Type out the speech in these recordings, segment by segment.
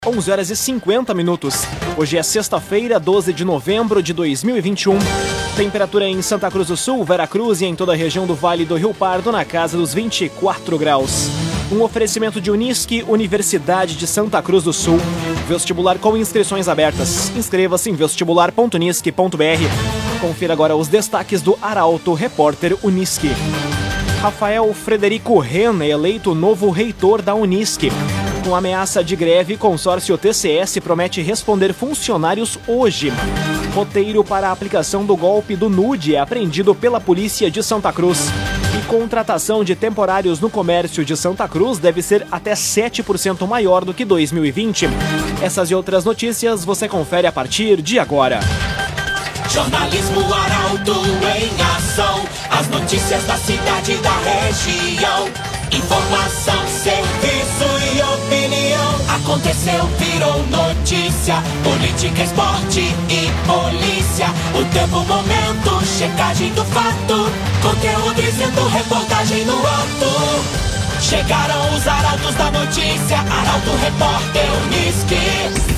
11 horas e 50 minutos. Hoje é sexta-feira, 12 de novembro de 2021. Temperatura em Santa Cruz do Sul, Veracruz e em toda a região do Vale do Rio Pardo na casa dos 24 graus. Um oferecimento de Unisque, Universidade de Santa Cruz do Sul. Vestibular com inscrições abertas. Inscreva-se em vestibular.unisque.br. Confira agora os destaques do Arauto Repórter Unisque. Rafael Frederico Ren é eleito novo reitor da Unisque. Com ameaça de greve, consórcio TCS promete responder funcionários hoje. Roteiro para a aplicação do golpe do NUDE é apreendido pela polícia de Santa Cruz. E contratação de temporários no comércio de Santa Cruz deve ser até 7% maior do que 2020. Essas e outras notícias você confere a partir de agora. Jornalismo Arauto em ação. As notícias da cidade e da região. Informação, serviço e opinião. Aconteceu, virou notícia. Política, esporte e polícia. O tempo, momento, checagem do fato. Conteúdo dizendo, reportagem no ato. Chegaram os arautos da notícia. Arauto Repórter Unisque.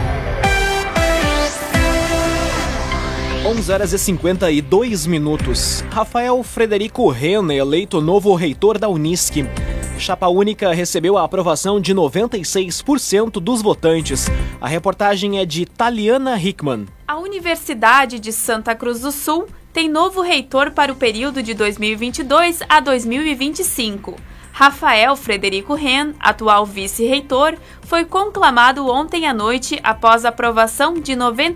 11 horas e 52 minutos. Rafael Frederico Ren é eleito novo reitor da Unisque. Chapa única recebeu a aprovação de 96% dos votantes. A reportagem é de Taliana Hickman. A Universidade de Santa Cruz do Sul tem novo reitor para o período de 2022 a 2025. Rafael Frederico Ren, atual vice-reitor, foi conclamado ontem à noite após a aprovação de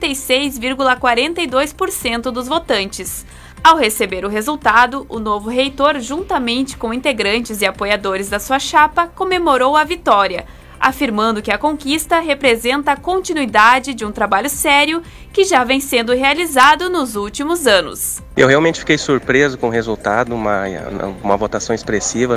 96,42% dos votantes. Ao receber o resultado, o novo reitor, juntamente com integrantes e apoiadores da sua chapa, comemorou a vitória, afirmando que a conquista representa a continuidade de um trabalho sério que já vem sendo realizado nos últimos anos. Eu realmente fiquei surpreso com o resultado, uma votação expressiva,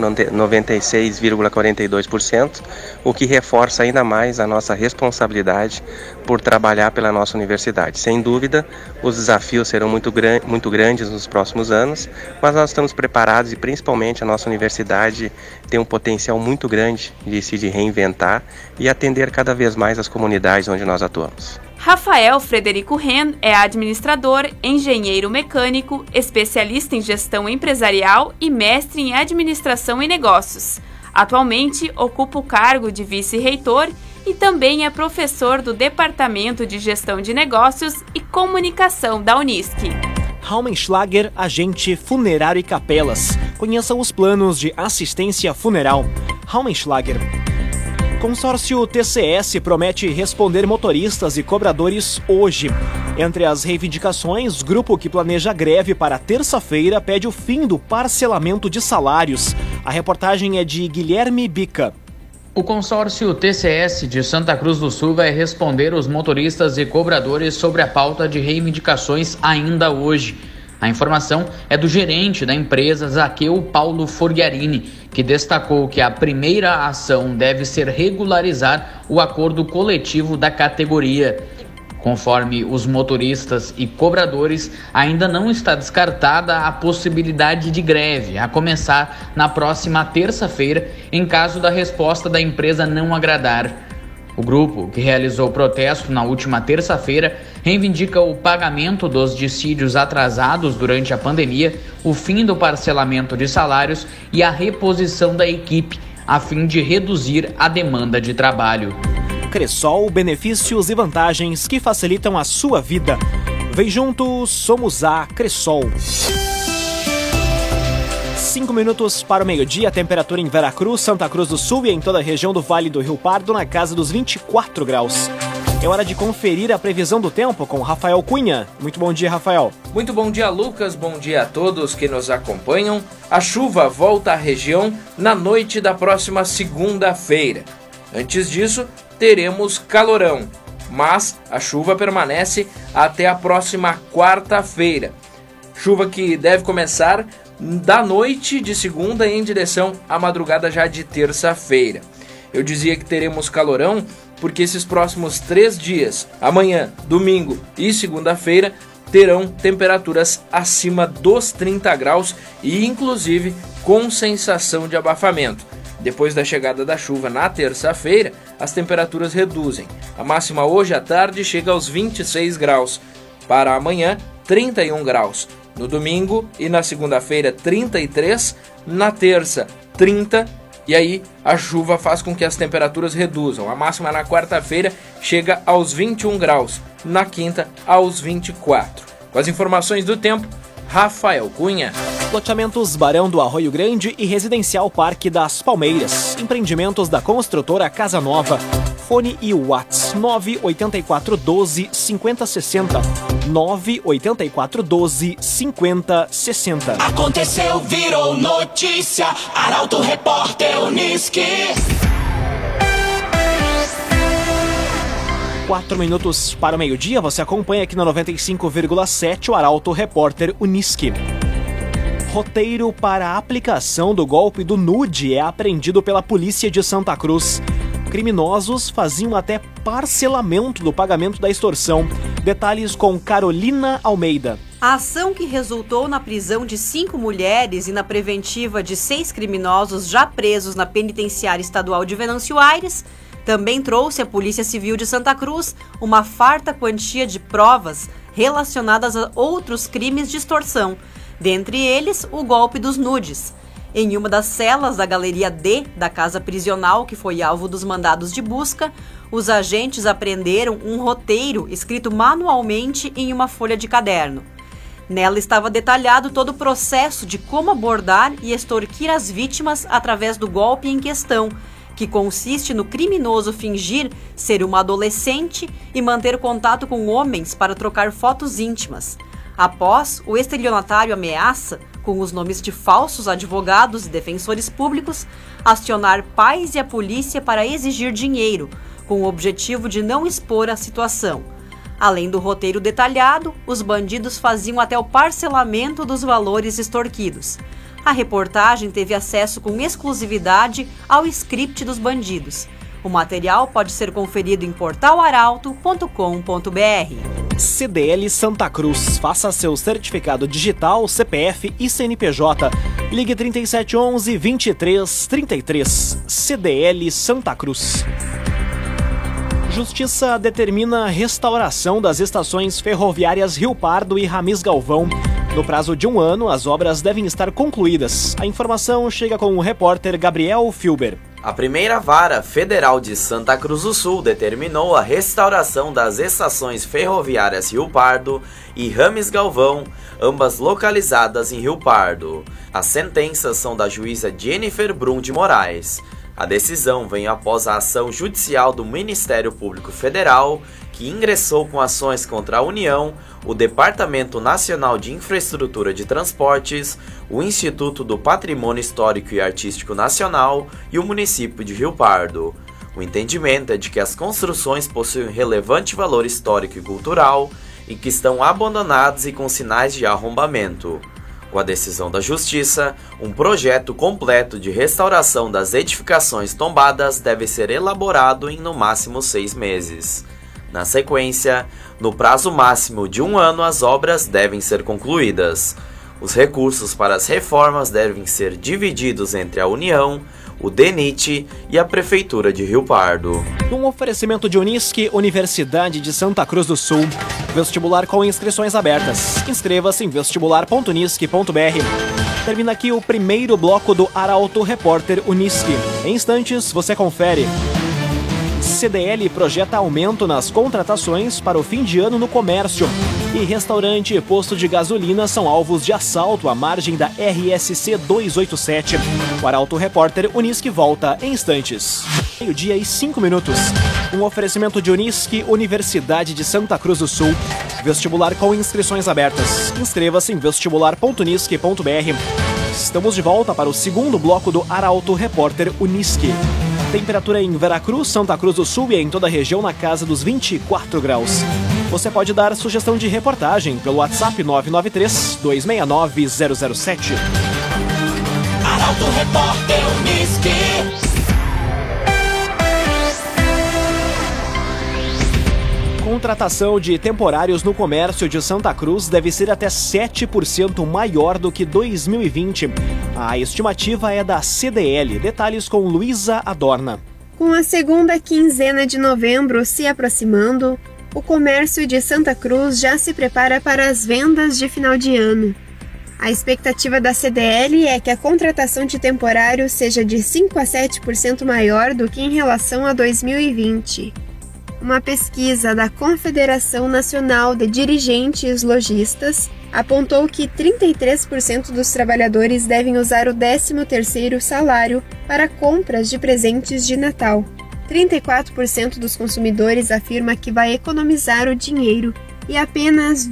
96,42%, o que reforça ainda mais a nossa responsabilidade por trabalhar pela nossa universidade. Sem dúvida, os desafios serão muito grandes nos próximos anos, mas nós estamos preparados e principalmente a nossa universidade tem um potencial muito grande de se reinventar e atender cada vez mais as comunidades onde nós atuamos. Rafael Frederico Ren é administrador, engenheiro mecânico, especialista em gestão empresarial e mestre em administração e negócios. Atualmente ocupa o cargo de vice-reitor e também é professor do Departamento de Gestão de Negócios e Comunicação da Unisque. Raumenschlager, agente funerário e capelas. Conheça os planos de assistência funeral. Raumenschlager. Consórcio TCS promete responder motoristas e cobradores hoje. Entre as reivindicações, grupo que planeja greve para terça-feira pede o fim do parcelamento de salários. A reportagem é de Guilherme Bica. O consórcio TCS de Santa Cruz do Sul vai responder os motoristas e cobradores sobre a pauta de reivindicações ainda hoje. A informação é do gerente da empresa, Zaqueu Paulo Forghiarini, que destacou que a primeira ação deve ser regularizar o acordo coletivo da categoria. Conforme os motoristas e cobradores, ainda não está descartada a possibilidade de greve, a começar na próxima terça-feira, em caso da resposta da empresa não agradar. O grupo, que realizou o protesto na última terça-feira, reivindica o pagamento dos dissídios atrasados durante a pandemia, o fim do parcelamento de salários e a reposição da equipe, a fim de reduzir a demanda de trabalho. Cressol, benefícios e vantagens que facilitam a sua vida. Vem junto, somos a Cressol. 5 minutos para o meio-dia, temperatura em Veracruz, Santa Cruz do Sul e em toda a região do Vale do Rio Pardo na casa dos 24 graus. É hora de conferir a previsão do tempo com Rafael Cunha. Muito bom dia, Rafael. Muito bom dia, Lucas. Bom dia a todos que nos acompanham. A chuva volta à região na noite da próxima segunda-feira. Antes disso, teremos calorão, mas a chuva permanece até a próxima quarta-feira. Chuva que deve começar da noite de segunda em direção à madrugada já de terça-feira. Eu dizia que teremos calorão porque esses próximos 3 dias, amanhã, domingo e segunda-feira, terão temperaturas acima dos 30 graus e inclusive com sensação de abafamento. Depois da chegada da chuva na terça-feira, as temperaturas reduzem. A máxima hoje à tarde chega aos 26 graus. Para amanhã, 31 graus. No domingo e na segunda-feira, 33. Na terça, 30. E aí, a chuva faz com que as temperaturas reduzam. A máxima na quarta-feira chega aos 21 graus. Na quinta, aos 24. Com as informações do tempo, Rafael Cunha. Loteamentos Barão do Arroio Grande e Residencial Parque das Palmeiras. Empreendimentos da construtora Casa Nova. Fone e Whats 98412-5060. 98412-5060. Aconteceu, virou notícia. Arauto Repórter Unisque. 4 minutos para o meio-dia, você acompanha aqui na 95,7 o Arauto Repórter Unisque. Roteiro para a aplicação do golpe do nude é apreendido pela polícia de Santa Cruz. Criminosos faziam até parcelamento do pagamento da extorsão. Detalhes com Carolina Almeida. A ação, que resultou na prisão de 5 mulheres e na preventiva de 6 criminosos já presos na penitenciária estadual de Venâncio Aires, também trouxe à Polícia Civil de Santa Cruz uma farta quantia de provas relacionadas a outros crimes de extorsão, dentre eles o golpe dos nudes. Em uma das celas da Galeria D da casa prisional, que foi alvo dos mandados de busca, os agentes apreenderam um roteiro escrito manualmente em uma folha de caderno. Nela estava detalhado todo o processo de como abordar e extorquir as vítimas através do golpe em questão, que consiste no criminoso fingir ser uma adolescente e manter contato com homens para trocar fotos íntimas. Após, o estelionatário ameaça, com os nomes de falsos advogados e defensores públicos, acionar pais e a polícia para exigir dinheiro, com o objetivo de não expor a situação. Além do roteiro detalhado, os bandidos faziam até o parcelamento dos valores extorquidos. A reportagem teve acesso com exclusividade ao script dos bandidos. O material pode ser conferido em portalaralto.com.br. CDL Santa Cruz. Faça seu certificado digital, CPF e CNPJ. Ligue 3711-2333. CDL Santa Cruz. Justiça determina restauração das estações ferroviárias Rio Pardo e Ramis Galvão. No prazo de 1 ano, as obras devem estar concluídas. A informação chega com o repórter Gabriel Filber. A primeira vara federal de Santa Cruz do Sul determinou a restauração das estações ferroviárias Rio Pardo e Ramis Galvão, ambas localizadas em Rio Pardo. As sentenças são da juíza Jennifer Brum de Moraes. A decisão vem após a ação judicial do Ministério Público Federal, que ingressou com ações contra a União, o Departamento Nacional de Infraestrutura de Transportes, o Instituto do Patrimônio Histórico e Artístico Nacional e o município de Rio Pardo. O entendimento é de que as construções possuem relevante valor histórico e cultural e que estão abandonadas e com sinais de arrombamento. Com a decisão da Justiça, um projeto completo de restauração das edificações tombadas deve ser elaborado em no máximo 6 meses. Na sequência, no prazo máximo de 1 ano, as obras devem ser concluídas. Os recursos para as reformas devem ser divididos entre a União, o DENIT e a Prefeitura de Rio Pardo. Um oferecimento de Unisque, Universidade de Santa Cruz do Sul. Vestibular com inscrições abertas. Inscreva-se em vestibular.unisque.br. Termina aqui o primeiro bloco do Arauto Repórter Unisque. Em instantes, você confere. CDL projeta aumento nas contratações para o fim de ano no comércio. E restaurante e posto de gasolina são alvos de assalto à margem da RSC 287. O Arauto Repórter Unisque volta em instantes. Meio-dia e 5 minutos. Um oferecimento de Unisque, Universidade de Santa Cruz do Sul. Vestibular com inscrições abertas. Inscreva-se em vestibular.unisque.br. Estamos de volta para o segundo bloco do Arauto Repórter Unisque. Temperatura em Veracruz, Santa Cruz do Sul e em toda a região na casa dos 24 graus. Você pode dar sugestão de reportagem pelo WhatsApp 993-269-007. Arauto Repórter Unisque. Contratação de temporários no comércio de Santa Cruz deve ser até 7% maior do que 2020. A estimativa é da CDL. Detalhes com Luísa Adorna. Com a segunda quinzena de novembro se aproximando, o comércio de Santa Cruz já se prepara para as vendas de final de ano. A expectativa da CDL é que a contratação de temporário seja de 5 a 7% maior do que em relação a 2020. Uma pesquisa da Confederação Nacional de Dirigentes Lojistas apontou que 33% dos trabalhadores devem usar o 13º salário para compras de presentes de Natal. 34% dos consumidores afirma que vai economizar o dinheiro e apenas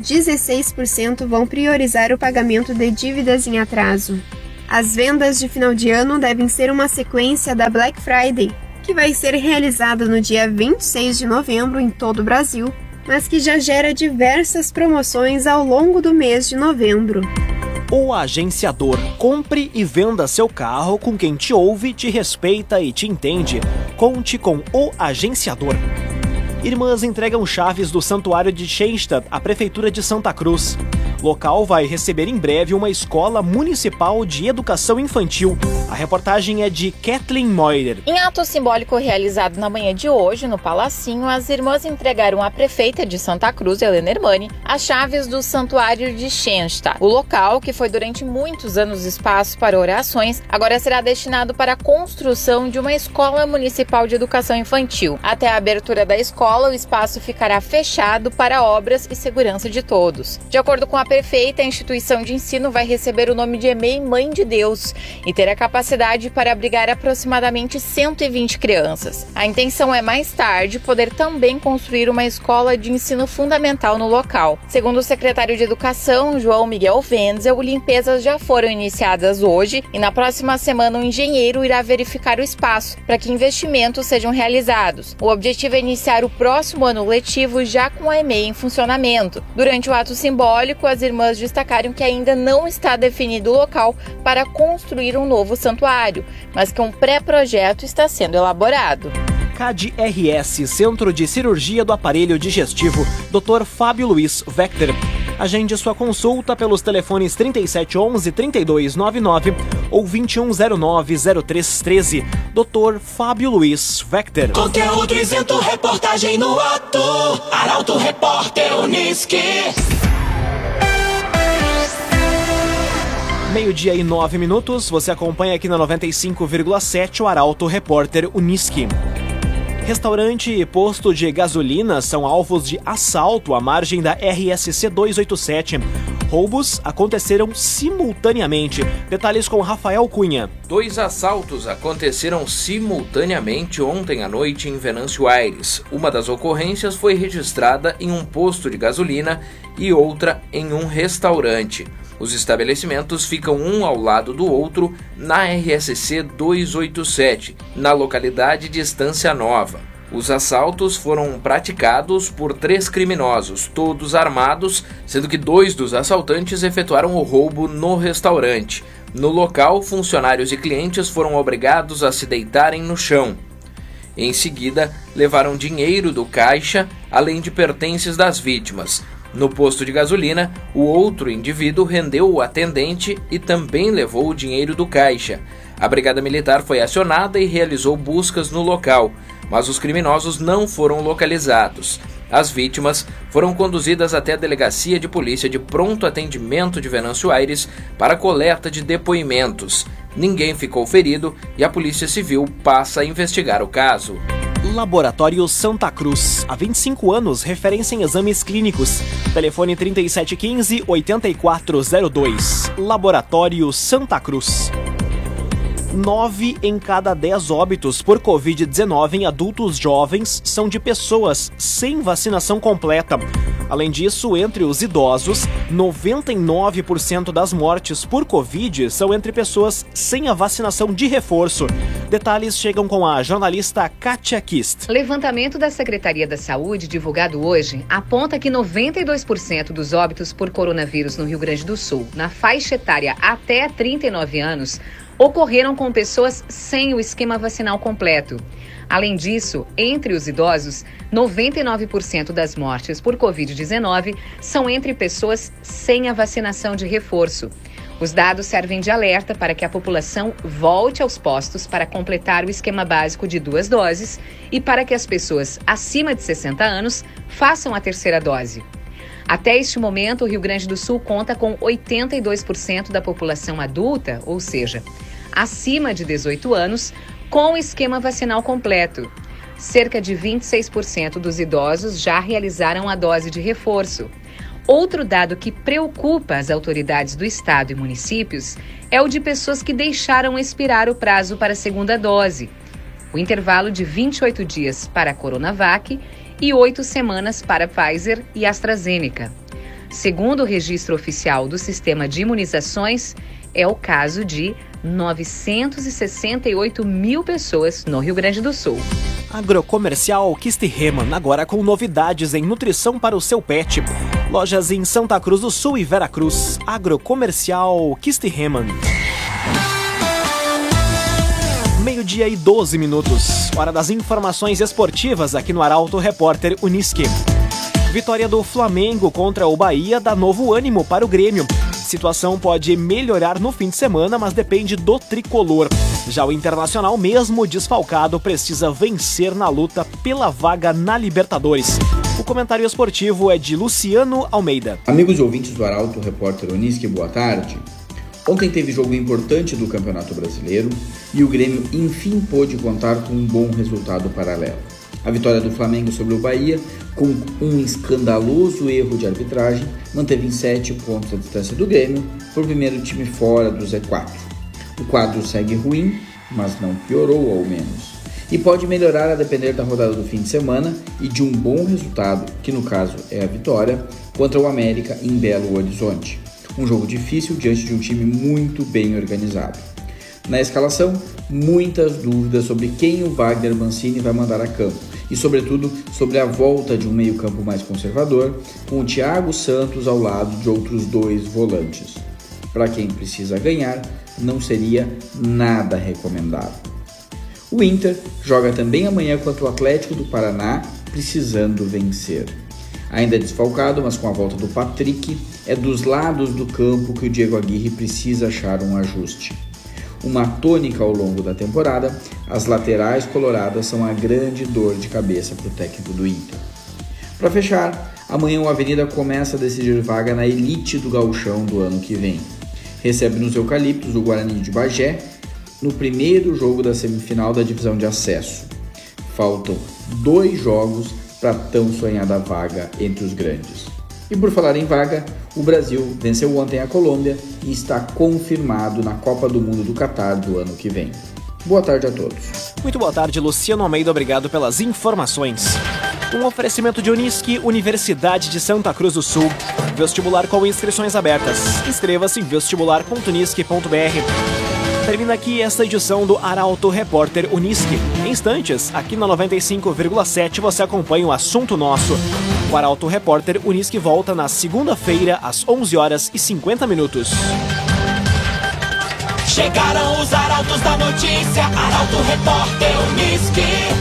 16% vão priorizar o pagamento de dívidas em atraso. As vendas de final de ano devem ser uma sequência da Black Friday, que vai ser realizada no dia 26 de novembro em todo o Brasil, mas que já gera diversas promoções ao longo do mês de novembro. O agenciador. Compre e venda seu carro com quem te ouve, te respeita e te entende. Conte com o agenciador. Irmãs entregam chaves do Santuário de Schenstadt à Prefeitura de Santa Cruz. Local vai receber em breve uma escola municipal de educação infantil. A reportagem é de Kathleen Moider. Em ato simbólico realizado na manhã de hoje, no Palacinho, as irmãs entregaram à prefeita de Santa Cruz, Helena Hermani, as chaves do Santuário de Schenstadt. O local, que foi durante muitos anos espaço para orações, agora será destinado para a construção de uma escola municipal de educação infantil. Até a abertura da escola, o espaço ficará fechado para obras e segurança de todos. De acordo com a prefeita, a instituição de ensino vai receber o nome de EMEI Mãe de Deus e terá capacidade para abrigar aproximadamente 120 crianças. A intenção é, mais tarde, poder também construir uma escola de ensino fundamental no local. Segundo o secretário de Educação, João Miguel Wenzel, limpezas já foram iniciadas hoje e na próxima semana o engenheiro irá verificar o espaço para que investimentos sejam realizados. O objetivo é iniciar o próximo ano letivo já com a EMEI em funcionamento. Durante o ato simbólico, as irmãs destacaram que ainda não está definido o local para construir um novo santuário, mas que um pré-projeto está sendo elaborado. CAD-RS, Centro de Cirurgia do Aparelho Digestivo, Dr. Fábio Luiz Vector. Agende sua consulta pelos telefones 3711-3299 ou 2109-0313. Dr. Fábio Luiz Vector. Conteúdo isento, reportagem no ato. Arauto Repórter Unisque. 12:09, você acompanha aqui na 95,7 o Arauto Repórter Unisque. Restaurante e posto de gasolina são alvos de assalto à margem da RSC 287. Roubos aconteceram simultaneamente. Detalhes com Rafael Cunha. 2 assaltos aconteceram simultaneamente ontem à noite em Venâncio Aires. Uma das ocorrências foi registrada em um posto de gasolina e outra em um restaurante. Os estabelecimentos ficam um ao lado do outro na RSC 287, na localidade de Estância Nova. Os assaltos foram praticados por 3 criminosos, todos armados, sendo que 2 dos assaltantes efetuaram o roubo no restaurante. No local, funcionários e clientes foram obrigados a se deitarem no chão. Em seguida, levaram dinheiro do caixa, além de pertences das vítimas. No posto de gasolina, o outro indivíduo rendeu o atendente e também levou o dinheiro do caixa. A Brigada Militar foi acionada e realizou buscas no local, mas os criminosos não foram localizados. As vítimas foram conduzidas até a Delegacia de Polícia de Pronto Atendimento de Venâncio Aires para coleta de depoimentos. Ninguém ficou ferido e a Polícia Civil passa a investigar o caso. Laboratório Santa Cruz. Há 25 anos, referência em exames clínicos. Telefone 3715-8402. Laboratório Santa Cruz. 9 em cada 10 óbitos por Covid-19 em adultos jovens são de pessoas sem vacinação completa. Além disso, entre os idosos, 99% das mortes por Covid são entre pessoas sem a vacinação de reforço. Detalhes chegam com a jornalista Kátia Kist. O levantamento da Secretaria da Saúde, divulgado hoje, aponta que 92% dos óbitos por coronavírus no Rio Grande do Sul, na faixa etária até 39 anos, ocorreram com pessoas sem o esquema vacinal completo. Além disso, entre os idosos, 99% das mortes por Covid-19 são entre pessoas sem a vacinação de reforço. Os dados servem de alerta para que a população volte aos postos para completar o esquema básico de 2 doses e para que as pessoas acima de 60 anos façam a terceira dose. Até este momento, o Rio Grande do Sul conta com 82% da população adulta, ou seja, acima de 18 anos, com o esquema vacinal completo. Cerca de 26% dos idosos já realizaram a dose de reforço. Outro dado que preocupa as autoridades do estado e municípios é o de pessoas que deixaram expirar o prazo para a segunda dose. O intervalo de 28 dias para a Coronavac e 8 semanas para Pfizer e AstraZeneca. Segundo o registro oficial do Sistema de Imunizações, é o caso de 968 mil pessoas no Rio Grande do Sul. Agrocomercial Kistihemann, agora com novidades em nutrição para o seu pet. Lojas em Santa Cruz do Sul e Veracruz. Agrocomercial Kistihemann. 12h e 12 minutos. Hora das informações esportivas aqui no Arauto Repórter Unisque. Vitória do Flamengo contra o Bahia dá novo ânimo para o Grêmio. Situação pode melhorar no fim de semana, mas depende do tricolor. Já o Internacional, mesmo desfalcado, precisa vencer na luta pela vaga na Libertadores. O comentário esportivo é de Luciano Almeida. Amigos e ouvintes do Arauto Repórter Unisque, boa tarde. Ontem teve jogo importante do Campeonato Brasileiro e o Grêmio enfim pôde contar com um bom resultado paralelo. A vitória do Flamengo sobre o Bahia, com um escandaloso erro de arbitragem, manteve em 7 pontos a distância do Grêmio para o primeiro time fora do Z4. O quadro segue ruim, mas não piorou ao menos. E pode melhorar a depender da rodada do fim de semana e de um bom resultado, que no caso é a vitória, contra o América em Belo Horizonte. Um jogo difícil diante de um time muito bem organizado. Na escalação, muitas dúvidas sobre quem o Wagner Mancini vai mandar a campo e, sobretudo, sobre a volta de um meio-campo mais conservador, com o Thiago Santos ao lado de outros 2 volantes. Para quem precisa ganhar, não seria nada recomendável. O Inter joga também amanhã contra o Atlético do Paraná, precisando vencer. Ainda desfalcado, mas com a volta do Patrick, é dos lados do campo que o Diego Aguirre precisa achar um ajuste. Uma tônica ao longo da temporada, as laterais coloradas são a grande dor de cabeça para o técnico do Inter. Para fechar, amanhã o Avenida começa a decidir vaga na elite do gauchão do ano que vem. Recebe nos Eucaliptos o Guarani de Bagé no primeiro jogo da semifinal da divisão de acesso. Faltam 2 jogos para tão sonhada vaga entre os grandes. E por falar em vaga, o Brasil venceu ontem a Colômbia e está confirmado na Copa do Mundo do Catar do ano que vem. Boa tarde a todos. Muito boa tarde, Luciano Almeida, obrigado pelas informações. Um oferecimento de Unisque, Universidade de Santa Cruz do Sul. Vestibular com inscrições abertas. Inscreva-se em vestibular.unisque.br. Termina aqui esta edição do Arauto Repórter Unisque. Em instantes, aqui na 95,7 você acompanha o assunto nosso. O Arauto Repórter Unisque volta na segunda-feira às 11h50. Chegaram os arautos da notícia, Arauto Repórter Unisque.